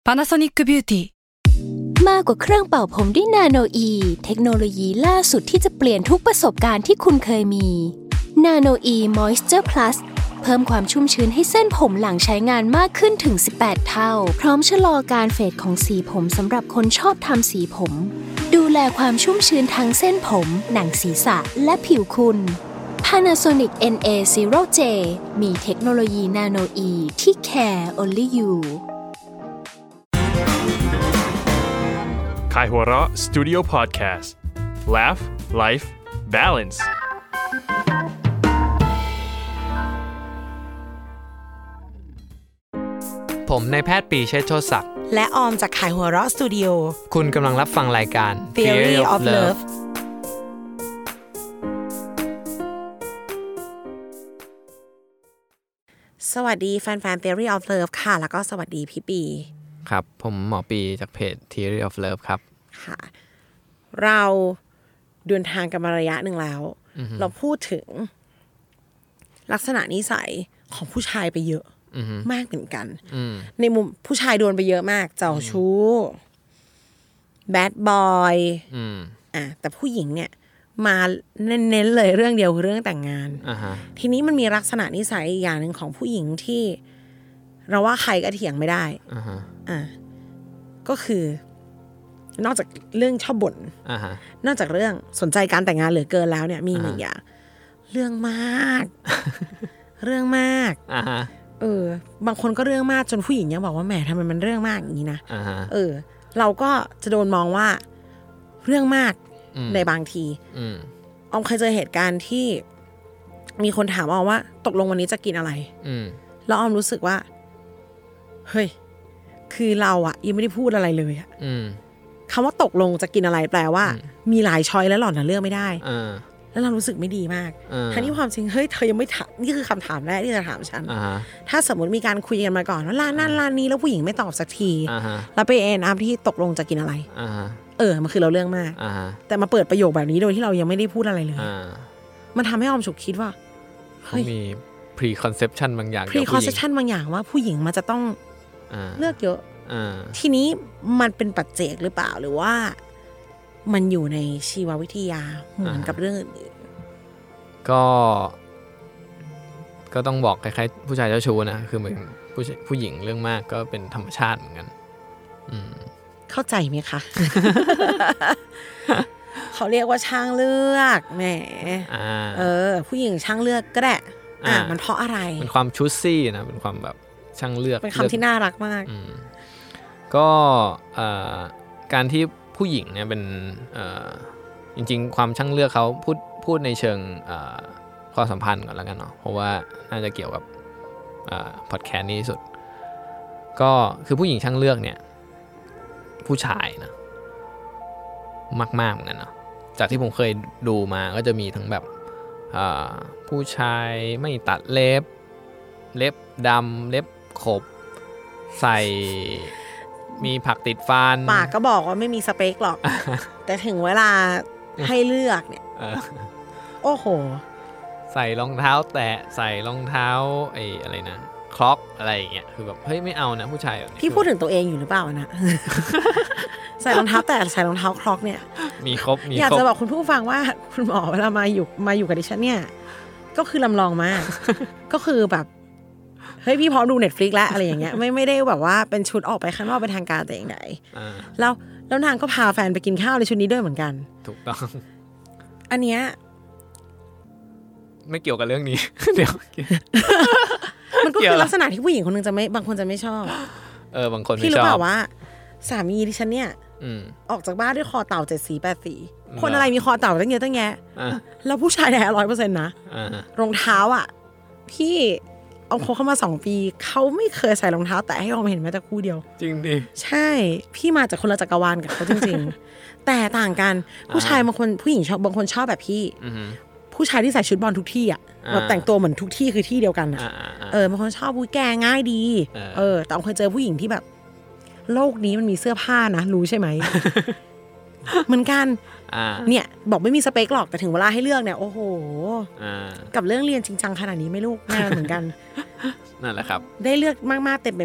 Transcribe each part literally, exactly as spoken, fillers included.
Panasonic Beauty มากกว่าเครื่องเป่าผมด้วยนาโนอีเทคโนโลยีล่าสุดที่จะเปลี่ยนทุกประสบการณ์ที่คุณเคยมีนาโนอีมอยส์เจอร์พลัสเพิ่มความชุ่มชื้นให้เส้นผมหลังใช้งานมากขึ้นถึงสิบแปดเท่าพร้อมชะลอการเฟดของสีผมสำหรับคนชอบทำสีผมดูแลความชุ่มชื้นทั้งเส้นผมหนังศีรษะและผิวคุณ Panasonic เอ็น เอ ศูนย์ เจ มีเทคโนโลยีนาโนอีที่ care only you Kaihura Studio Podcast Laugh Life Balance ผมนายแพทย์ปีเชษฐ์โชติศักดิ์และออมจากขายหัวเราะสตูดิโอคุณกำลังรับฟังรายการ Theory of Love สวัสดีแฟนๆ Theory of Love ค่ะแล้วก็สวัสดีพี่ปีครับผมหมอปีจากเพจ Theory of Love ครับค่ะเราเดินทางกันมาระยะหนึ่งแล้ว mm-hmm. เราพูดถึงลักษณะนิสัยของผู้ชายไปเยอะ mm-hmm. มากเหมือนกัน mm-hmm. ในมุมผู้ชายโดนไปเยอะมากเจ้าชู้ แบดบอยอ่ะแต่ผู้หญิงเนี่ยมาเน้นๆเลยเรื่องเดียวคือเรื่องแต่งงาน uh-huh. ทีนี้มันมีลักษณะนิสัยอีกอย่างนึงของผู้หญิงที่เราว่าใครก็เถียงไม่ได้ uh-huh. อ่ะก็คือนอกจากเรื่องชอบบ่น uh-huh. นอกจากเรื่องสนใจการแต่งงานเหลือเกินแล้วเนี่ยมีหนึ่ง uh-huh. อย่างเรื่องมาก เรื่องมาก uh-huh. เออบางคนก็เรื่องมากจนผู้หญิงยังบอกว่าแหมทำไมมันเรื่องมากอย่างนี้นะ uh-huh. เออเราก็จะโดนมองว่าเรื่องมากในบางทีออมเคยเจอเหตุการณ์ที่มีคนถามออมว่าตกลงวันนี้จะกินอะไรแล้วออมรู้สึกว่าเฮ้ยคือเราอะยังไม่ได้พูดอะไรเลยอะคำว่าตกลงจะกินอะไรแปลว่ามีหลายช้อยแล้วหล่อนน่ะเลือกไม่ได้แล้วเรารู้สึกไม่ดีมากทั้งที่ความจริงเฮ้ยเธอยังไม่ถามนี่คือคำถามแรกที่จะถามฉันถ้าสมมติมีการคุยกันมาก่อนว่าร้านนั่นร้านนี้แล้วผู้หญิงไม่ตอบสักทีแล้วไปเอ็นอัพที่ตกลงจะกินอะไรเออมันคือเราเรื่องมากแต่มาเปิดประโยคแบบนี้โดยที่เรายังไม่ได้พูดอะไรเลยมันทำให้ออมฉุกคิดว่าเขามี preconception บางอย่าง preconception บางอย่างว่าผู้หญิงมันจะต้องเลือกเยอะทีนี้มันเป็นปัจเจกหรือเปล่าหรือว่ามันอยู่ในชีววิทยาเหมือนกับเรื่องอื่นก็ก็ต้องบอกคล้ายๆผู้ชายเจ้าชู้นะคือเหมือนผู้ผู้หญิงเรื่องมากก็เป็นธรรมชาติเหมือนกันเข้าใจไหมคะ เขาเรียกว่าช่างเลือกแหมเออผู้หญิงช่างเลือกก็ได้อ่ะมันเพราะอะไรเป็นความชูซี่นะเป็นความแบบช่างเลือกเป็นคำที่น่ารักมากก็การที่ผู้หญิงเนี่ยเป็นจริงๆความช่างเลือกเขาพูดพูดในเชิงความสัมพันธ์ก่อนแล้วกันเนาะเพราะว่าน่าจะเกี่ยวกับพอดแคสต์นี้ที่สุดก็คือผู้หญิงช่างเลือกเนี่ยผู้ชายนะมากๆเหมือนกันเนาะจากที่ผมเคยดูมาก็จะมีทั้งแบบผู้ชายไม่ตัดเล็บเล็บดำเล็บขบใส่มีผักติดฟันปากก็บอกว่าไม่มีสเปคหรอก แต่ถึงเวลาให้เลือกเนี่ยโอ้โหใส่รองเท้าแตะใส่รองเท้าไอ้อะไรนะคล็อกอะไรอย่างเงี้ยคือแบบเฮ้ยไม่เอานะผู้ชายแบบนี้พี่พูดถึงตัวเองอยู่หรือเปล่านะ ใส่รองเท้าแตะใส่รองเท้าคล็อกเนี่ยมีครบมีครบอยากจะบอกคุณผู้ฟังว่าคุณหมอเวลามาอยู่มาอยู่กับดิฉันเนี่ยก็คือลำลองมาก ก็คือแบบเฮ้ยพี่พร้อมดู Netflix แล้วอะไรอย่างเงี้ยไม่ไม่ได้แบบว่าเป็นชุดออกไปข้างนอกเป็นทางการแต่อย่างใดแล้วแล้วนางก็พาแฟนไปกินข้าวในชุดนี้ด้วยเหมือนกันถูกต้องอันเนี้ยไม่เกี่ยวกับเรื่องนี้ เดี๋ยวมันก็คือลักษณะที่ผู้หญิงคนนึงจะไม่บางคนจะไม่ชอบเออบางคนไม่ชอบพี่รู้เปล่าว่าสามีดิฉันเนี่ยออกจากบ้านด้วยคอเต่าเจ็ดสีแปดสีคนอะไรมีคอเต่าตั้งเยอะตั้งแยะแล้วผู้ชายแท้ร้อยเปอร์เซ็นต์นะรองเท้าอ่ะพี่เอาเขาเข้ามาสองปีเขาไม่เคยใส่รองเท้าแตะให้เราเห็นแม้แต่คู่เดียวจริงดิใช่พี่มาจากคนละจักรวาลกับเขาจริงๆแต่ต่างกันผู้ชายบางคนผู้หญิงชอบบางคนชอบแบบพี่ผู้ชายที่ใส่ชุดบอลทุกที่อ่ะแบบแต่งตัวเหมือนทุกที่คือที่เดียวกันอ่ะเออบางคนชอบผู้แก่ง่ายดีเออแต่เคยเจอผู้หญิงที่แบบโลกนี้มันมีเสื้อผ้านะรู้ใช่ไหม เหมือนกันเนี่ยบอกไม่มีสเปคหรอกแต่ถึงเวลาให้เลือกเนี่ยโอ้โหกับเรื่องเรียนจริงจังขนาดนี้ไม่ลูกงานเหมือนกันนั่นแหละครับได้เลือกมากๆเต็มไปหมด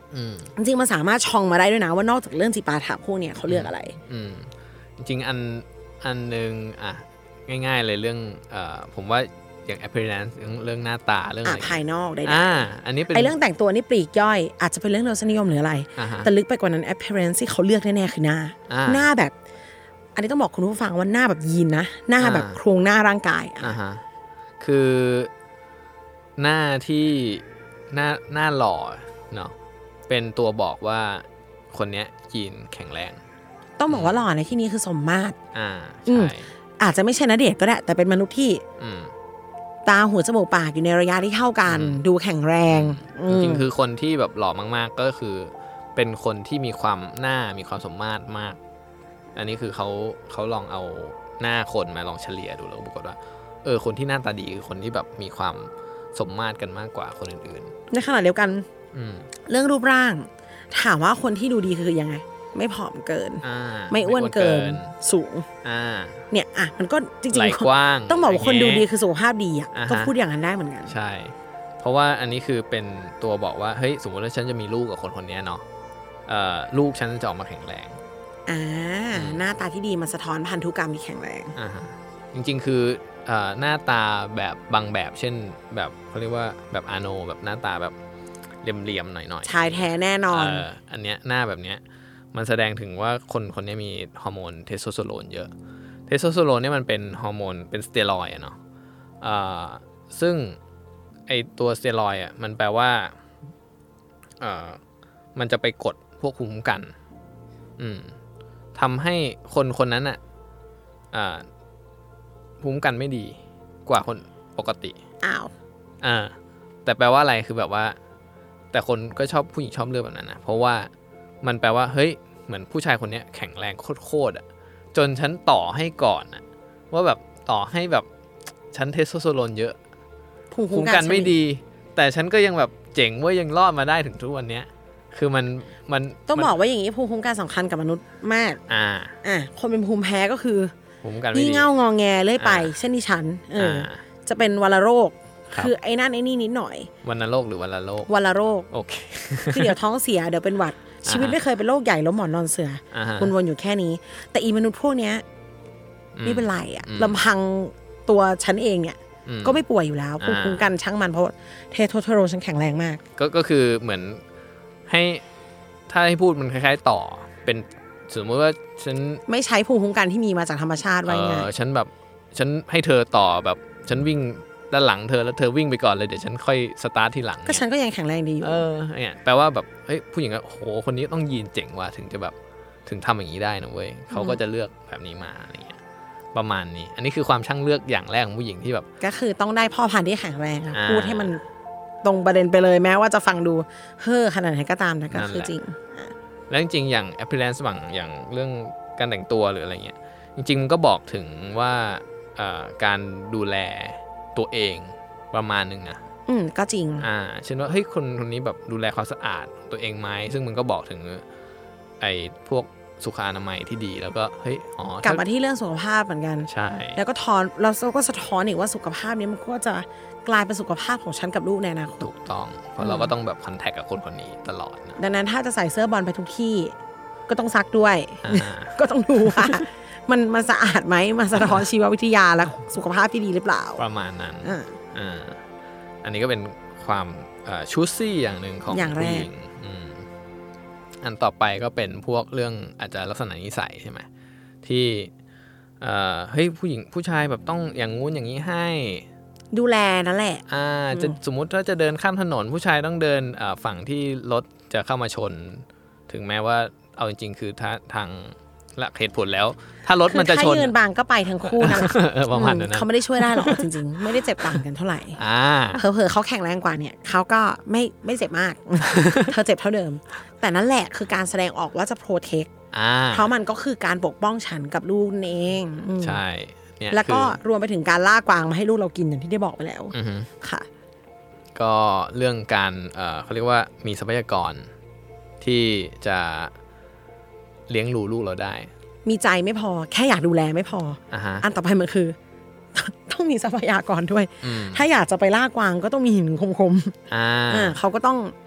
จริงๆมันสามารถชองมาได้ด้วยนะว่านอกจากเรื่องจิปาถะพวกเนี้ยเขาเลือกอะไรจริงๆอันอันนึงอ่ะง่ายๆเลยเรื่องเอ่อผมว่าอย่าง appearance เรื่องหน้าตาเรื่องอะไรภายนอกได้อ่าอันนี้เป็นไอเรื่องแต่งตัวนี่ปลีกย่อยอาจจะเป็นเรื่องรสนิยมหรืออะไรแต่ลึกไปกว่านั้น appearance ที่เขาเลือกแน่ๆคือหน้าหน้าแบบอันนี้ต้องบอกคุณผู้ฟังว่าหน้าแบบยีนนะหน้าแบบโครงหน้าร่างกายอ่าฮะคือหน้าที่หน้าหน้าหล่อเนาะเป็นตัวบอกว่าคนเนี้ยยีนแข็งแรงต้องบอกว่าหล่อในที่นี้คือสมมาตรอ่าใช่อาจจะไม่ใช่ณเดชน์ก็ได้แต่เป็นมนุษย์ที่ตาหูจมูกปากอยู่ในระยะที่เท่ากันดูแข็งแรงจริงๆคือคนที่แบบหล่อมากๆก็คือเป็นคนที่มีความหน้ามีความสมมาตรมากอันนี้คือเขาเขาลองเอาหน้าคนมาลองเฉลี่ยดูแล้วปรากฏว่าเออคนที่หน้าตาดีคือคนที่แบบมีความสมมาตรกันมากกว่าคนอื่นๆในขณะเดียวกันเรื่องรูปร่างถามว่าคนที่ดูดีคือยังไงไม่ผอมเกินไม่อ้วนเกินสูงเนี่ยอ่ะมันก็จริงๆต้องบอกว่าคนดูดีคือสุขภาพดีอ่ะก็พูดอย่างนั้นได้เหมือนกันใช่เพราะว่าอันนี้คือเป็นตัวบอกว่าเฮ้ยสมมติว่าฉันจะมีลูกกับคนคนนี้เนาะลูกฉันจะออกมาแข็งแรงอ่าหน้าตาที่ดีมันสะท้อนพันธุกรรมที่แข็งแรงอ่าจริงๆคือหน้าตาแบบบางแบบเช่นแบบเขาเรียกว่าแบบอาโนแบบหน้าตาแบบเหลี่ยมๆหน่อยๆชายแท้แน่นอนเอออันเนี้ยหน้าแบบเนี้ยมันแสดงถึงว่าคนคนนี้มีฮอร์โมนเทสโทสเตอโรนเยอะเทสโทสเตอโรนเนี่ยมันเป็นฮอร์โมนเป็นสเตียรอยด์อ่ะเนาะอ่าซึ่งไอตัวสเตียรอยด์อ่ะมันแปลว่าอ่ามันจะไปกดพวกภูมิคุ้มกันอืมทำให้คนคนนั้นอ่ะอ่าภูมิคุ้มกันไม่ดีกว่าคนปกติอ้าวอ่าแต่แปลว่าอะไรคือแบบว่าแต่คนก็ชอบผู้หญิงชอบเลือกแบบนั้นนะเพราะว่ามันแปลว่าเฮ้ยเหมือนผู้ชายคนนี้แข็งแรงโคตรๆอ่ะจนฉันต่อให้ก่อนอ่ะว่าแบบต่อให้แบบฉันเทสโทสเตอโรนเยอะภูมิคุ้มกันไม่ดีแต่ฉันก็ยังแบบเจ๋งว่ายังรอดมาได้ถึงทุกวันนี้คือมันมันต้องบอกว่าอย่างนี้ภูมิคุ้มกันสำคัญกับมนุษย์มากอ่าอ่ะคนเป็นภูมิแพ้ก็คือภูมิคุ้มกันไม่ดีงี่เง่างอแงเรื่อยไปเช่นดิฉันเออจะเป็นวัณโรคคือไอ้นั่นไอ้นี่นิดหน่อยวัณโรคหรือวัณโรควัณโรคโอเคคือเดี๋ยวท้องเสียเดี๋ยวเป็นหวัดชีวิตไม่เคยเป็นโรคใหญ่แล้วหมอนนอนเสือวนๆอยู่แค่นี้แต่อีมนุษย์พวกเนี้ยไม่เป็นไรอ่ะลำพังตัวฉันเองเนี่ยก็ไม่ป่วยอยู่แล้วภูมิคุ้มกันช่างมันเพราะเทสโทสเตอโรนฉันแข็งแรงมากก็ก็คือเหมือนให้ถ้าให้พูดมันคล้ายๆต่อเป็นสมมติว่าฉันไม่ใช้ภูมิคุ้มกันที่มีมาจากธรรมชาติไว้ไงฉันแบบฉันให้เธอต่อแบบฉันวิ่งด้านหลังเธอแล้วเธอวิ่งไปก่อนเลยเดี๋ยวฉันค่อยสตาร์ททีหลังก็ฉันก็ยังแข็งแรงดีอยู่เออเนี่ยแปลว่าแบบเฮ้ยผู้หญิงก็โหคนนี้ต้องยีนเจ๋งว่ะถึงจะแบบถึงทำอย่างนี้ได้นะเว้ยเขาก็จะเลือกแบบนี้มาอะไรเงี้ยประมาณนี้อันนี้คือความช่างเลือกอย่างแรกของผู้หญิงที่แบบก็คือต้องได้พ่อพันธุ์ที่แข็งแรงพูดให้มันตรงประเด็นไปเลยแม้ว่าจะฟังดูเฮ้อขนาดไหนก็ตามแต่ก็คือจริงแล้วจริงๆอย่าง appearance บางอย่างเรื่องการแต่งตัวหรืออะไรเงี้ยจริงๆมันก็บอกถึงว่าการดูแลตัวเองประมาณนึงนะอืมก็จริงอ่าเช่นว่าเฮ้ยคนคนนี้แบบดูแลความสะอาดตัวเองไหมซึ่งมันก็บอกถึงไอ้พวกสุขอนามัยที่ดีแล้วก็เฮ้ยอ๋อกลับมาที่เรื่องสุขภาพเหมือนกันใช่แล้วก็ทอนเราก็สะท้อนอีกว่าสุขภาพนี้มันก็จะกลายเป็นสุขภาพของฉันกับลูกในอนาคตถูกต้องเพราะเราก็ต้องแบบคอนแทคกับคนคนนี้ตลอดนะดังนั้นถ้าจะใส่เสื้อบอลไปทุกที่ก็ต้องซักด้วยก็ต้องดูว่ามันมันสะอาดไหมมันสะท้อนชีววิทยาและสุขภาพที่ดีหรือเปล่าประมาณนั้นอ่าอันนี้ก็เป็นความชูซี่อย่างหนึ่งของผู้หญิงอันต่อไปก็เป็นพวกเรื่องอาจจะลักษณะนิสัยใช่ไหมที่เฮ้ยผู้หญิงผู้ชายแบบต้องอย่างงู้นอย่างนี้ให้ดูแลนั่นแหละอ่าจะสมมุติถ้าจะเดินข้ามถนนผู้ชายต้องเดินฝั่งที่รถจะเข้ามาชนถึงแม้ว่าเอาจริงๆคือถ้าทางหลักเหตุผลแล้วถ้ารถมันจะชนถ้ายืนบางก็ไปทั้งคู่นั่นแหละประมาณนั้นเขาไม่ได้ช่วยได้หรอกจริงๆไม่ได้เจ็บต่างกันเท่าไหร่เผลอๆเขาแข็งแรงกว่าเนี่ยเขาก็ไม่ไม่เจ็บมากเธอเจ็บเท่าเดิมแต่นั่นแหละคือการแสดงออกว่าจะโปรเทคเพราะมันก็คือการปกป้องฉันกับลูกเองใช่แล้วก็รวมไปถึงการล่ากวางมาให้ลูกเรากินอย่างที่ได้บอกไปแล้วค่ะก็เรื่องการเขาเรียกว่ามีทรัพยากรที่จะเลี้ยงดูลูกเราได้มีใจไม่พอแค่อยากดูแลไม่พอ uh-huh. อันต่อไปมันคือต้องมีทรัพยากรด้วยถ้าอยากจะไปล่ากวางก็ต้องมีหินคมๆอ่าเขาก็ต้อง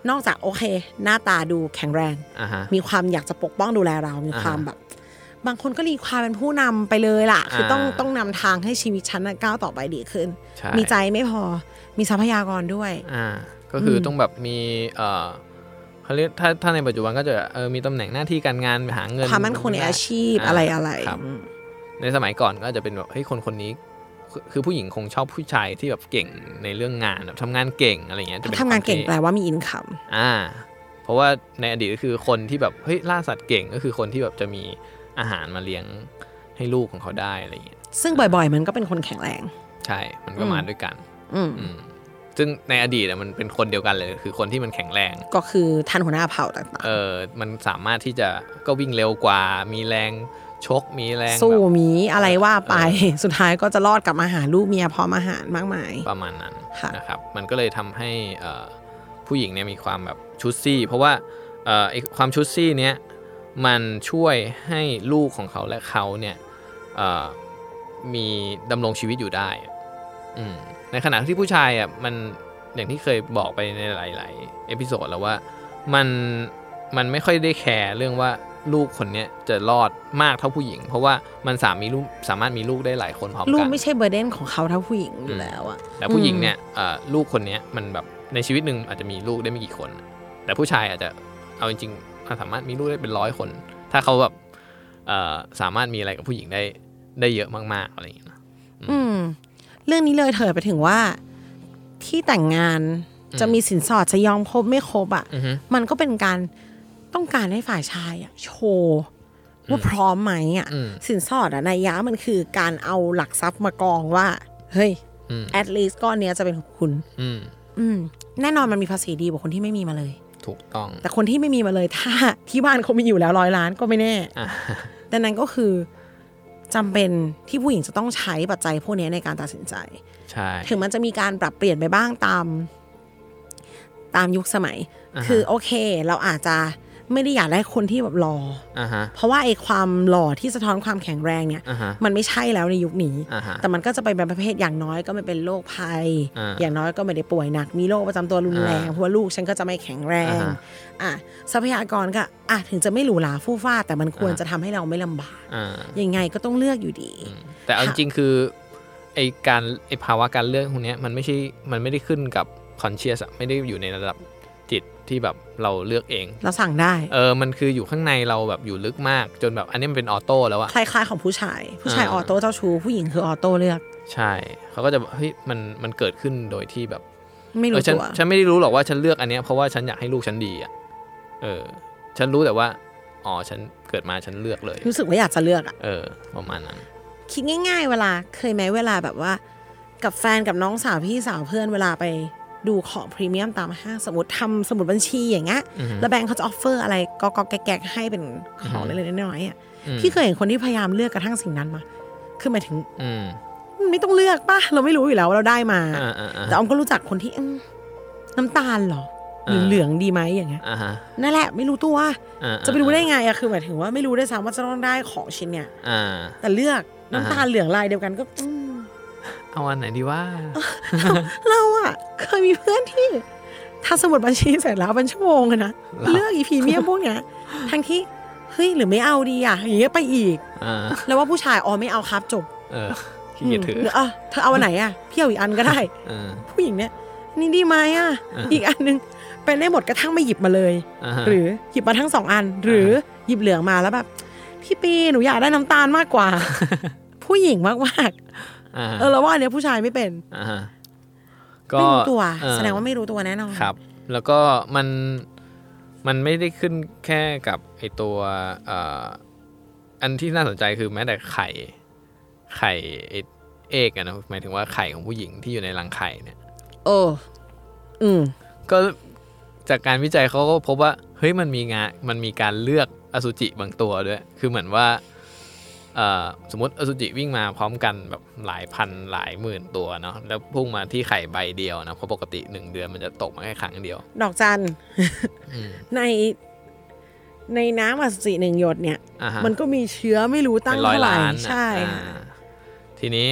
นอกจากโอเคหน้าตาดูแข็งแรงมีความอยากจะปกป้องดูแลเรามีความแบบบางคนก็รีความเป็นผู้นำไปเลยล่ะคือต้องต้องนำทางให้ชีวิตฉันก้าวต่อไปดีขึ้นมีใจไม่พอมีทรัพยากรด้วยอ่าก็คือต้องแบบมีเอ่อเขาเรียกถ้าถ้าในปัจจุบันก็จะเออมีตำแหน่งหน้าที่การงานหาเงินความมั่นคงในอาชีพอะไรอะไรในสมัยก่อนก็จะเป็นแบบเฮ้ยคนคนนี้คือผู้หญิงคงชอบผู้ชายที่แบบเก่งในเรื่องงานแบบทำงานเก่งอะไรเงี้ยจะเป็นทำงานเก่งแปลว่ามีอินคัมอ่าเพราะว่าในอดีตก็คือคนที่แบบเฮ้ยล่าสัตว์เก่งก็คือคนที่แบบจะมีอาหารมาเลี้ยงให้ลูกของเขาได้อะไรเงี้ยซึ่งบ่อยๆมันก็เป็นคนแข็งแรงใช่มันก็มาด้วยกันอืมซึ่งในอดีตมันเป็นคนเดียวกันเลยคือคนที่มันแข็งแรงก็คือท่านหัวหน้าเผ่าต่างๆเออมันสามารถที่จะก็วิ่งเร็วกว่ามีแรงชกมีแรงสู้มีอะไรว่าไปสุดท้ายก็จะรอดกลับมาหาลูกเมียพร้อมอาหารมากมายประมาณนั้นนะครับมันก็เลยทำให้ผู้หญิงเนี่ยมีความแบบชุดซี่เพราะว่าความชุดซี่เนี้ยมันช่วยให้ลูกของเขาและเขาเนี่ยมีดำรงชีวิตอยู่ได้ในขณะที่ผู้ชายอ่ะมันอย่างที่เคยบอกไปในหลายๆเอพิโซดแล้วว่ามันมันไม่ค่อยได้แคร์เรื่องว่าลูกคนนี้จะรอดมากเท่าผู้หญิงเพราะว่ามันสามมีลูกสามารถมีลูกได้หลายคนพร้อมกันลูกไม่ใช่เบอร์เดนของเขาเท่าผู้หญิงอยู่แล้วอ่ะแต่ผู้หญิงเนี่ยลูกคนนี้มันแบบในชีวิตนึงอาจจะมีลูกได้ไม่กี่คนแต่ผู้ชายอาจจะเอาจริงๆสามารถมีลูกได้เป็นร้อยคนถ้าเขาแบบสามารถมีอะไรกับผู้หญิงได้ได้เยอะมากๆอะไรอย่างเงี้ยอืมเรื่องนี้เลยเถิดไปถึงว่าที่แต่งงานจะมีสินสอดจะยอมครบไม่ครบอ่ะมันก็เป็นการต้องการให้ฝ่ายชายอ่ะโชว์ว่าพร้อมไหมอ่ะสินสอดอ่ะนัยยะมันคือการเอาหลักทรัพย์มากองว่าเฮ้ย at least ก้อนเนี้ยจะเป็นของคุณอืมแน่นอนมันมีภาษีดีกว่าคนที่ไม่มีมาเลยถูกต้องแต่คนที่ไม่มีมาเลยถ้าที่บ้านเขามีอยู่แล้วร้อยล้านก็ไม่แน่ดังนั้นก็คือจำเป็นที่ผู้หญิงจะต้องใช้ปัจจัยพวกนี้ในการตัดสินใจใช่ถึงมันจะมีการปรับเปลี่ยนไปบ้างตามตามยุคสมัย uh-huh. คือโอเคเราอาจจะไม่ได้อยากได้คนที่แบบหล่อ uh-huh. เพราะว่าไอ้ความหล่อที่สะท้อนความแข็งแรงเนี่ย uh-huh. มันไม่ใช่แล้วในยุคนี้ uh-huh. แต่มันก็จะไปเป็นประเภทอย่างน้อยก็ไม่เป็นโรคภัย uh-huh. อย่างน้อยก็ไม่ได้ป่วยหนักมีโรคประจำตัวรุนแรง uh-huh. เพราะว่าลูกฉันก็จะไม่แข็งแรง uh-huh. อ่ะทรัพยากรก็อ่ะถึงจะไม่หรูหราฟู่ฟ้าแต่มันควร uh-huh. จะทำให้เราไม่ลำบาก uh-huh. ยังไงก็ต้องเลือกอยู่ดี uh-huh. แต่เอาจริงๆคือไอ้การไอ้ภาวะการเลือกพวกนี้มันไม่ใช่มันไม่ได้ขึ้นกับ conscious ไม่ได้อยู่ในระดับจิตที่แบบเราเลือกเองเราสั่งได้เออมันคืออยู่ข้างในเราแบบอยู่ลึกมากจนแบบอันนี้มันเป็นออโต้แล้วอะคล้ายๆของผู้ชายผู้ชายออโต้เจ้าชู้ผู้หญิงคือออโต้เลือกใช่เขาก็จะเฮ้ยมันมันเกิดขึ้นโดยที่แบบไม่รู้ตัวฉันไม่ได้รู้หรอกว่าฉันเลือกอันนี้เพราะว่าฉันอยากให้ลูกฉันดีอะเออฉันรู้แต่ว่าอ๋อฉันเกิดมาฉันเลือกเลยรู้สึกว่าอยากจะเลือกอะเออประมาณนั้นคิดง่ายๆเวลาเคยไหมเวลาแบบว่ากับแฟนกับน้องสาวพี่สาวเพื่อนเวลาไปดูของพรีเมียมตามห้างสมมติทำสมุดบัญชีอย่างเงี้ยแล้วแบงค์เขาจะออฟเฟอร์อะไรก็ก็แกะให้เป็นของเล็กๆน้อยๆอ่ะพี่เคยเห็นคนที่พยายามเลือกกระทั่งสิ่งนั้นมาคือหมายถึงมันไม่ต้องเลือกป่ะเราไม่รู้อยู่แล้วว่าเราได้มาแต่ออมก็รู้จักคนที่น้ำตาลหรอหรือเหลืองดีไหมอย่างเงี้ยนั่นแหละไม่รู้ตัวจะไปรู้ได้ไงอะคือหมายถึงว่าไม่รู้ได้ซ้ำว่าจะต้องได้ของชิ้นเนี้ยแต่เลือกน้ำตาลเหลืองลายเดียวกันก็เอาอันไหนดีว่าเราอะเคยมีเพื่อนที่ทำสมุดบัญชีเสร็จแล้วเป็นชั่วโมงเลยนะเลือกอีพรีเมียมพวกเนี้ยทั้งที่เฮ้ยหรือไม่เอาดีอะอย่างเงี้ยไปอีกแล้วว่าผู้ชายอ๋อไม่เอาครับจบเออขี้เกียจถือเออเธอเอาอันไหนอะพี่เอาอีกอันก็ได้ผู้หญิงเนี้ยนี่ดีไหมอะอีกอันนึงเป็นได้หมดกระทั่งไม่หยิบมาเลยหรือหยิบมาทั้งสองอันหรือหยิบเหลืองมาแล้วแบบพี่ปีหนูอยากได้น้ำตาลมากกว่าผู้หญิงมากๆเออแล้วว่าอันเนี้ยผู้ชายไม่เป็นก็ไม่รู้ตัวแสดงว่าไม่รู้ตัวแน่นอนครับแล้วก็มันมันไม่ได้ขึ้นแค่กับไอตัวอันที่น่าสนใจคือแม้แต่ไข่ไข่เอกอะนะหมายถึงว่าไข่ของผู้หญิงที่อยู่ในรังไข่เนี่ยโอ้อืมก็จากการวิจัยเขาก็พบว่าเฮ้ยมันมีงานมันมีการเลือกอสุจิบางตัวด้วยคือเหมือนว่าสมมติอสุจิวิ่งมาพร้อมกันแบบหลายพันหลายหมื่นตัวเนาะแล้วพุ่งมาที่ไข่ใบเดียวนะเพราะปกติหนึ่งเดือนมันจะตกมาแค่ครั้งเดียวดอกจัน ในในน้ำอสุจิหนึ่งหยดเนี่ยมันก็มีเชื้อไม่รู้ตั้งเท่าไหร่ใช่ทีนี้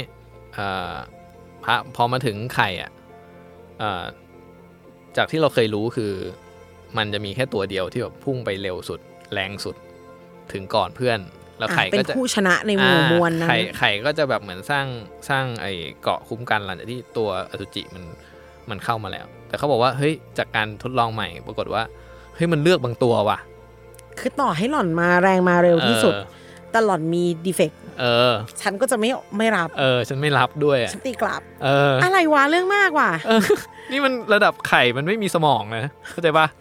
พอมาถึงไข่อ่ะจากที่เราเคยรู้คือมันจะมีแค่ตัวเดียวที่แบบพุ่งไปเร็วสุดแรงสุดถึงก่อนเพื่อนแล้วไข่ก็จะเป็นผู้ชนะในหมู่มวลนั้นไข่ไข่ก็จะแบบเหมือนสร้างสร้างไอ้เกราะคุ้มกันหลังจากที่ตัวอสุจิมันมันเข้ามาแล้วแต่เขาบอกว่าเฮ้ยจากการทดลองใหม่ปรากฏว่าเฮ้ยมันเลือกบางตัวว่ะคือต่อให้หล่อนมาแรงมาเร็วที่สุดแต่หล่อนมีดีเฟกต์เออฉันก็จะไม่ไม่รับเออฉันไม่รับด้วยฉันตีกลับเอออะไรวะเรื่องมากว่ะนี่มันระดับไข่มันไม่มีสมองนะเข้าใจปะ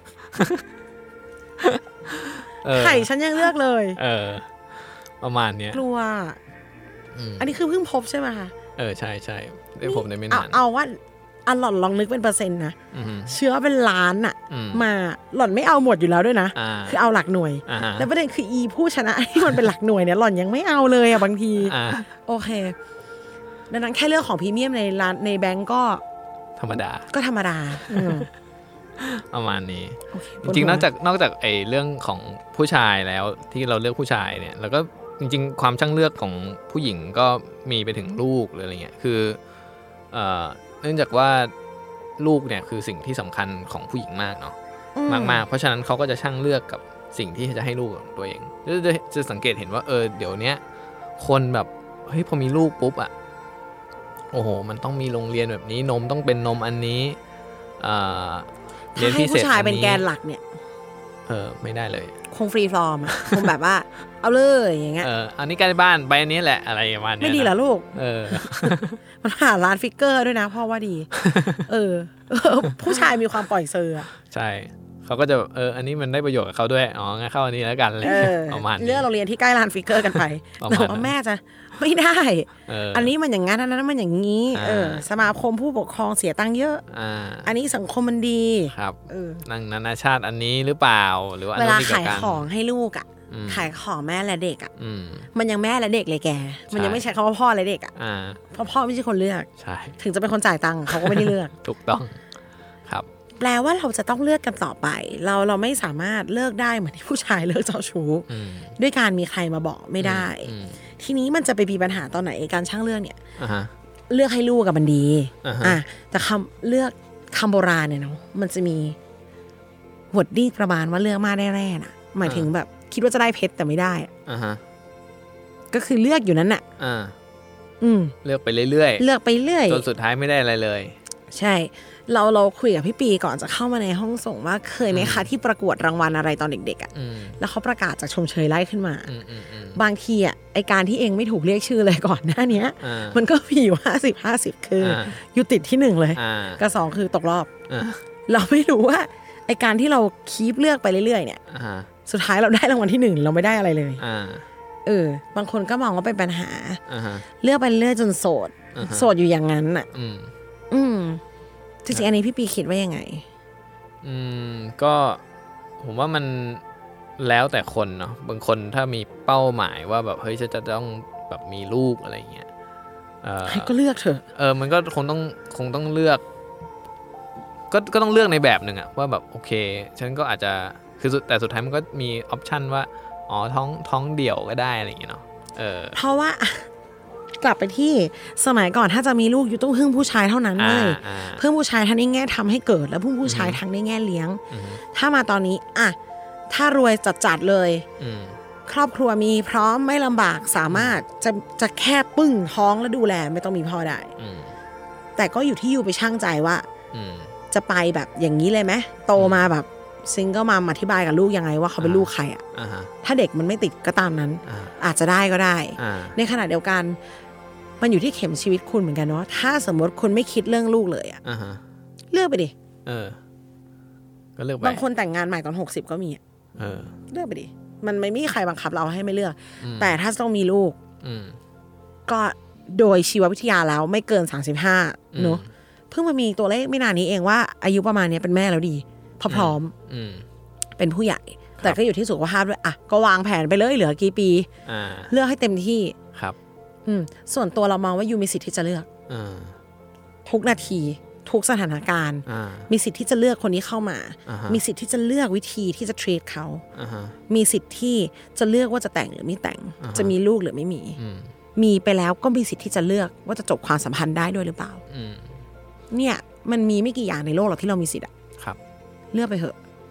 ไข่ฉันยังเลือกเลยเออประมาณเนี้ยกลัวอันนี้คือเพิ่งพบใช่ไหมคะเออใช่ใช่ได้พบในไม่นานเอาว่าอันหล่อนลองนึกเป็นเปอร์เซ็นต์นะเชื้อเป็นล้านอะมาหล่อนไม่เอาหมดอยู่แล้วด้วยนะคือเอาหลักหน่วยแล้วประเด็นคืออีผู้ชนะที่มันเป็นหลักหน่วยเนี่ยหล่อนยังไม่เอาเลยอะบางทีโอเคดังนั้นแค่เรื่องของพรีเมียมในร้านในแบงก์ก็ธรรมดาก็ธรรมดาประมาณนี้จริงๆนอกจากนอกจากไอ้เรื่องของผู้ชายแล้วที่เราเลือกผู้ชายเนี่ยแล้วก็จริงๆความช่างเลือกของผู้หญิงก็มีไปถึงลูกหรืออะไรเงี้ยคือเอ่อเนื่องจากว่าลูกเนี่ยคือสิ่งที่สำคัญของผู้หญิงมากเนาะมากๆเพราะฉะนั้นเขาก็จะช่างเลือกกับสิ่งที่จะให้ลูกของตัวเองจะจะสังเกตเห็นว่าเออเดี๋ยวนี้คนแบบเฮ้ยพอมีลูกปุ๊บอ่ะโอ้โหมันต้องมีโรงเรียนแบบนี้นมต้องเป็นนมอันนี้อ่าเรียนพิเศษผู้ชายเป็นแกนหลักเนี่ยเออไม่ได้เลยคงฟรีฟอร์มอ่ะคงแบบว่าเอาเลยอย่างเงี้ยเอออันนี้การบ้านใบอันนี้แหละอะไรประมาณนี้ไม่ดีเหรอลูกเออมันหาร้านฟิกเกอร์ด้วยนะพ่อว่าดีเออผู้ชายมีความปล่อยเซอร์อ่ะใช่เขาก็จะเอออันนี้มันได้ประโยชน์กับเขาด้วยอ๋องั้นเข้าอันนี้แล้วกันเลยประมาณเลือกโรงเรียนที่ใกล้ร้านฟิกเกอร์กันไปแต่ว่าแม่จะไม่ได้อันนี้มันอย่างงั้นอันนั้นมันอย่างนี้เออสมาคมผู้ปกครองเสียตังค์เยอะอันนี้สังคมมันดีครับนั่งนานาชาติอันนี้หรือเปล่าหรือว่าเวลาขายของให้ลูกอ่ะขายของแม่และเด็กอ่ะมันยังแม่และเด็กเลยแกมันยังไม่ใช่คำว่าพ่อและเด็กอ่ะเพราะพ่อไม่ใช่คนเลือกถึงจะเป็นคนจ่ายตังค์เขาก็ไม่ได้เลือกถูกต้องครับแปลว่าเราจะต้องเลือกกันต่อไปเราเราไม่สามารถเลิกได้เหมือนที่ผู้ชายเลิกเจ้าชู้ด้วยการมีใครมาบอกไม่ได้ทีนี้มันจะไปมีปัญหาตอนไหนการช่างเลือกเนี่ยเลือกให้ลูกกับมันดีอ่ะแต่คำเลือกคำโบราณเนี่ยเนาะมันจะมีวอร์ดดิ้งประมาณว่าเลือกมากได้แร่น่ะหมายถึงแบบคิดว่าจะได้เพชรแต่ไม่ได้อ่าก็คือเลือกอยู่นั้นน่ะอ่าอืมเลือกไปเรื่อยๆเลือกไปเรื่อยจนสุดท้ายไม่ได้อะไรเลยใช่เราเราคุยกับพี่ปีก่อนจะเข้ามาในห้องส่งว่าเคยไหมคะที่ประกวดรางวัลอะไรตอนเด็กๆอ่ะแล้วเขาประกาศจากชมเชยไล่ขึ้นมาบางทีอ่ะไอการที่เองไม่ถูกเรียกชื่อเลยก่อนหน้านี้มันก็มีอยู่ห้าสิบห้าสิบคืออยู่ติดที่หนึ่งเลยกับสองคือตกรอบเราไม่รู้ว่าไอการที่เราคีปเลือกไปเรื่อยๆเนี่ยสุดท้ายเราได้รางวัลที่หนึ่งเราไม่ได้อะไรเลยเออบางคนก็มองว่าเป็นปัญหาเลือกไปเรื่อยจนโสดโสดอยู่อย่างนั้นอ่ะอืมจริงๆอันนี้พี่ปีคิดว่ายังไงอืมก็ผมว่ามันแล้วแต่คนเนาะบางคนถ้ามีเป้าหมายว่าแบบเฮ้ยจะจะต้องแบบมีลูกอะไรเงี้ยเออก็เลือกเถอะเออมันก็คงต้องคงต้องเลือกก็ก็ต้องเลือกในแบบหนึ่งอะว่าแบบโอเคฉันก็อาจจะคือแต่สุดท้ายมันก็มีออปชันว่าอ๋อท้องท้องเดี่ยวก็ได้อะไรอย่างเงี้ยเนาะเออเพราะว่ากลับไปที่สมัยก่อนถ้าจะมีลูกอยู่ต้องพึ่งผู้ชายเท่านั้นเลยพึ่งผู้ชายทั้งในแง่ทำให้เกิดแล้วพึ่งผู้ชายทั้งในแง่เลี้ยงถ้ามาตอนนี้อ่ะถ้ารวยจัดๆเลยครอบครัวมีพร้อมไม่ลำบากสามารถจะจะแค่ปึ้งท้องแล้วดูแลไม่ต้องมีพ่อได้แต่ก็อยู่ที่อยู่ไปช่างใจว่าจะไปแบบอย่างนี้เลยไหมโตมาแบบซิงเกิลมัมอธิบายกับลูกยังไงว่าเขาเป็นลูกใครอ่ะถ้าเด็กมันไม่ติดก็ตามนั้น อ, อาจจะได้ก็ได้ในขณะเดียวกันมันอยู่ที่เข็มชีวิตคุณเหมือนกันเนาะถ้าสมมติคุณไม่คิดเรื่องลูกเลยอ่ะเลือกไปดิเออก็เลือกไปบางคนแต่งงานใหม่ตอนหกสิบก็มีเออเลือกไปดิมันไม่มีใครบังคับเราให้ไม่เลือกแต่ถ้าต้องมีลูกก็โดยชีววิทยาแล้วไม่เกินสามสิบห้าเนาะเพิ่งมามีตัวเลขไม่นานนี้เองว่าอายุประมาณนี้เป็นแม่แล้วดีพร้อมเป็นผู้ใหญ่แต่ก็อยู่ที่สุขภาพด้วยอ่ะก็วางแผนไปเลยเหลือกี่ปีเลือกให้เต็มที่ครับส่วนตัวเรามองว่ายูมีสิทธิ์ที่จะเลือกทุกนาทีทุกสถานการณ์มีสิทธิ์ที่จะเลือกคนนี้เข้ามามีสิทธิ์ที่จะเลือกวิธีที่จะ treat เขามีสิทธิ์ที่จะเลือกว่าจะแต่งหรือไม่แต่งจะมีลูกหรือไม่มีมีไปแล้วก็มีสิทธิ์ที่จะเลือกว่าจะจบความสัมพันธ์ได้ด้วยหรือเปล่าเนี่ยมันมีไม่กี่อย่างในโลกหรอกที่เรามีสิทธิ์อะเลือกไปเถอะ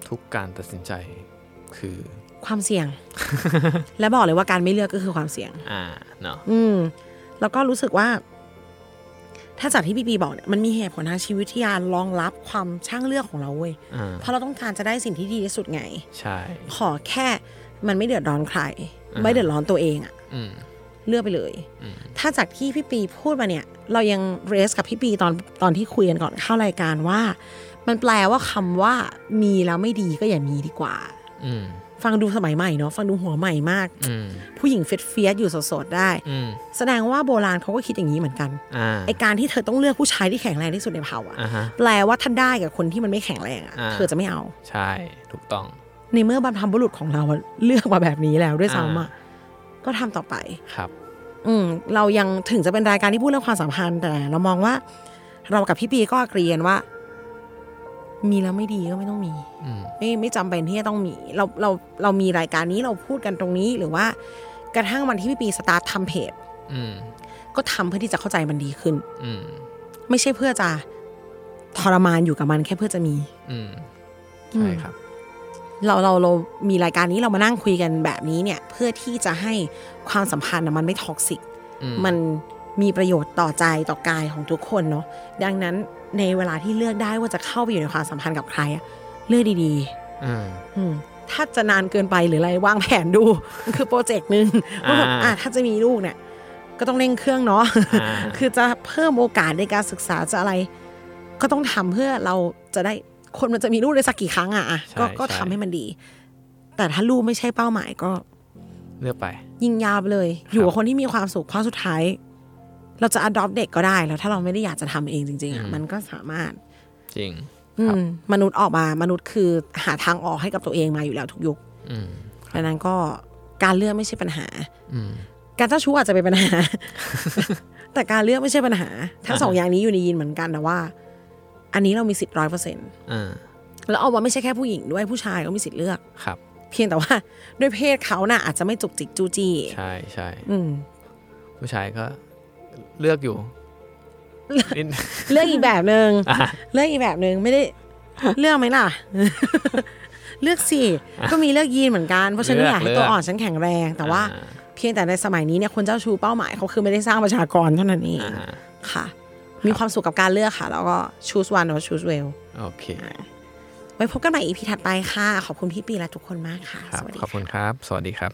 ทุกการตัดสินใจคือความเสี่ยง และบอกเลยว่าการไม่เลือกก็คือความเสี่ยงอ่าเนาะอืมแล้วก็รู้สึกว่าถ้าจากที่พี่ปีบอกเนี่ยมันมีเหตุผลทางชีวิตวิทยารองรับความช่างเลือกของเราเว้ยเพราะเราต้องการจะได้สิ่งที่ดีที่สุดไงใช่ขอแค่มันไม่เดือดร้อนใครไม่เดือดร้อนตัวเองอ่ะเลือกไปเลยถ้าจากที่พี่ปีพูดมาเนี่ยเรายังเรสกับพี่ปีตอนตอนที่คุยกันก่อนเข้ารายการว่ามันแปลว่าคำว่ามีแล้วไม่ดีก็อย่ามีดีกว่าฟังดูสมัยใหม่เนาะฟังดูหัวใหม่มากผู้หญิงเฟดเฟียสอยู่สดๆได้แสดงว่าโบราณเขาก็คิดอย่างนี้เหมือนกันไอการที่เธอต้องเลือกผู้ชายที่แข็งแรงที่สุดในเผ่าอ่ะแปลว่าถ้าได้กับคนที่มันไม่แข็งแรงอ่ะเธอจะไม่เอาใช่ถูกต้องในเมื่อบรรพบุรุษของเราเลือกมาแบบนี้แล้วด้วยซ้ำอ่ะก็ทำต่อไปครับอืมเรายังถึงจะเป็นรายการที่พูดเรื่องความสัมพันธ์แต่เรามองว่าเรากับพี่ปีก็เกรียนว่ามีแล้วไม่ดีก็ไม่ต้องมีไม่ไม่จำเป็นที่จะต้องมีเราเราเรามีรายการนี้เราพูดกันตรงนี้หรือว่ากระทั่งวันที่พี่ปีสตาร์ททำเพจก็ทำเพื่อที่จะเข้าใจมันดีขึ้นไม่ใช่เพื่อจะทรมานอยู่กับมันแค่เพื่อจะมีใช่ครับเราเราเรามีรายการนี้เรามานั่งคุยกันแบบนี้เนี่ยเพื่อที่จะให้ความสัมพันธ์มันไม่ท็อกซิกมันมีประโยชน์ต่อใจต่อกายของทุกคนเนาะดังนั้นในเวลาที่เลือกได้ว่าจะเข้าไปอยู่ในความสัมพันธ์กับใครเลือกดีๆถ้าจะนานเกินไปหรืออะไรวางแผนดูมันคือโปรเจกต์นึงว่าแบบอ่ะถ้าจะมีลูกเนี่ยก็ต้องเร่งเครื่องเนาะคือจะเพิ่มโอกาสในการศึกษาจะอะไรก็ต้องทำเพื่อเราจะได้คนมันจะมีลูกได้สักกี่ครั้งอ่ะก็ก็ทำให้มันดีแต่ถ้าลูกไม่ใช่เป้าหมายก็เลือกไปยิงยาวไปเลยอยู่กับคนที่มีความสุขเพราะสุดท้ายเราจะ adopt เด็กก็ได้แล้วถ้าเราไม่ได้อยากจะทำเองจริงๆอ่ะมันก็สามารถจริงมนุษย์ออกมามนุษย์คือหาทางออกให้กับตัวเองมาอยู่แล้วทุกยุคดังนั้นก็การเลือกไม่ใช่ปัญหาการเจ้าชู้อาจจะเป็นปัญหา แต่การเลือกไม่ใช่ปัญหาทั้งสองอย่างนี้อยู่ในยีนเหมือนกันแต่ว่าอันนี้เรามีสิทธิ์ร้อยเปอร์เซ็นต์แล้วเอาว่าไม่ใช่แค่ผู้หญิงด้วยผู้ชายก็มีสิทธิ์เลือกครับเพียงแต่ว่าด้วยเพศเขาน่ะอาจจะไม่จุกจิกจู้จี้ใช่ใช่ผู้ชายก็เลือกอยู่เลือกอีกแบบนึงเลือกอีกแบบนึงไม่ได้เลือกไหมล่ะเลือกสิก็มีเลือกยีนเหมือนกันเพราะฉันอยากให้ตัวอ่อนฉันแข็งแรงแต่ว่าเพียงแต่ในสมัยนี้เนี่ยคนเจ้าชู้เป้าหมายเขาคือไม่ได้สร้างประชากรเท่านั้นเองค่ะมีความสุขกับการเลือกค่ะแล้วก็ choose one or choose well โอเคไว้พบกันใหม่ อี พี ถัดไปค่ะขอบคุณพี่ปีและทุกคนมากค่ะสวัสดีขอบคุณครับสวัสดีครับ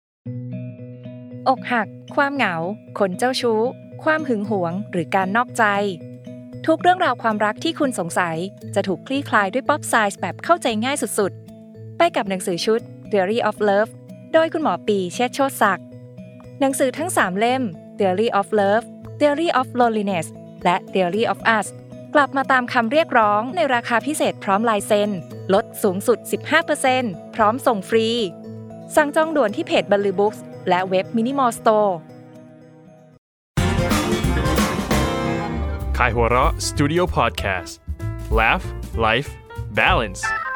อกหักความเหงาคนเจ้าชู้ความหึงหวงหรือการนอกใจทุกเรื่องราวความรักที่คุณสงสัยจะถูกคลี่คลายด้วยป๊อปไซส์แบบเข้าใจง่ายสุดๆไปกับหนังสือชุด Theory of Love โดยคุณหมอปีเชษฐ์โชติศักดิ์หนังสือทั้งสามเล่ม Theory of Love Theory of Loneliness และ Theory of Us กลับมาตามคำเรียกร้องในราคาพิเศษพร้อมลายเซ็นลดสูงสุด สิบห้าเปอร์เซ็นต์ พร้อมส่งฟรีสั่งจองด่วนที่เพจ Baloo Books และเว็บ Minimal Store Kaihura Studio Podcast Laugh Life Balance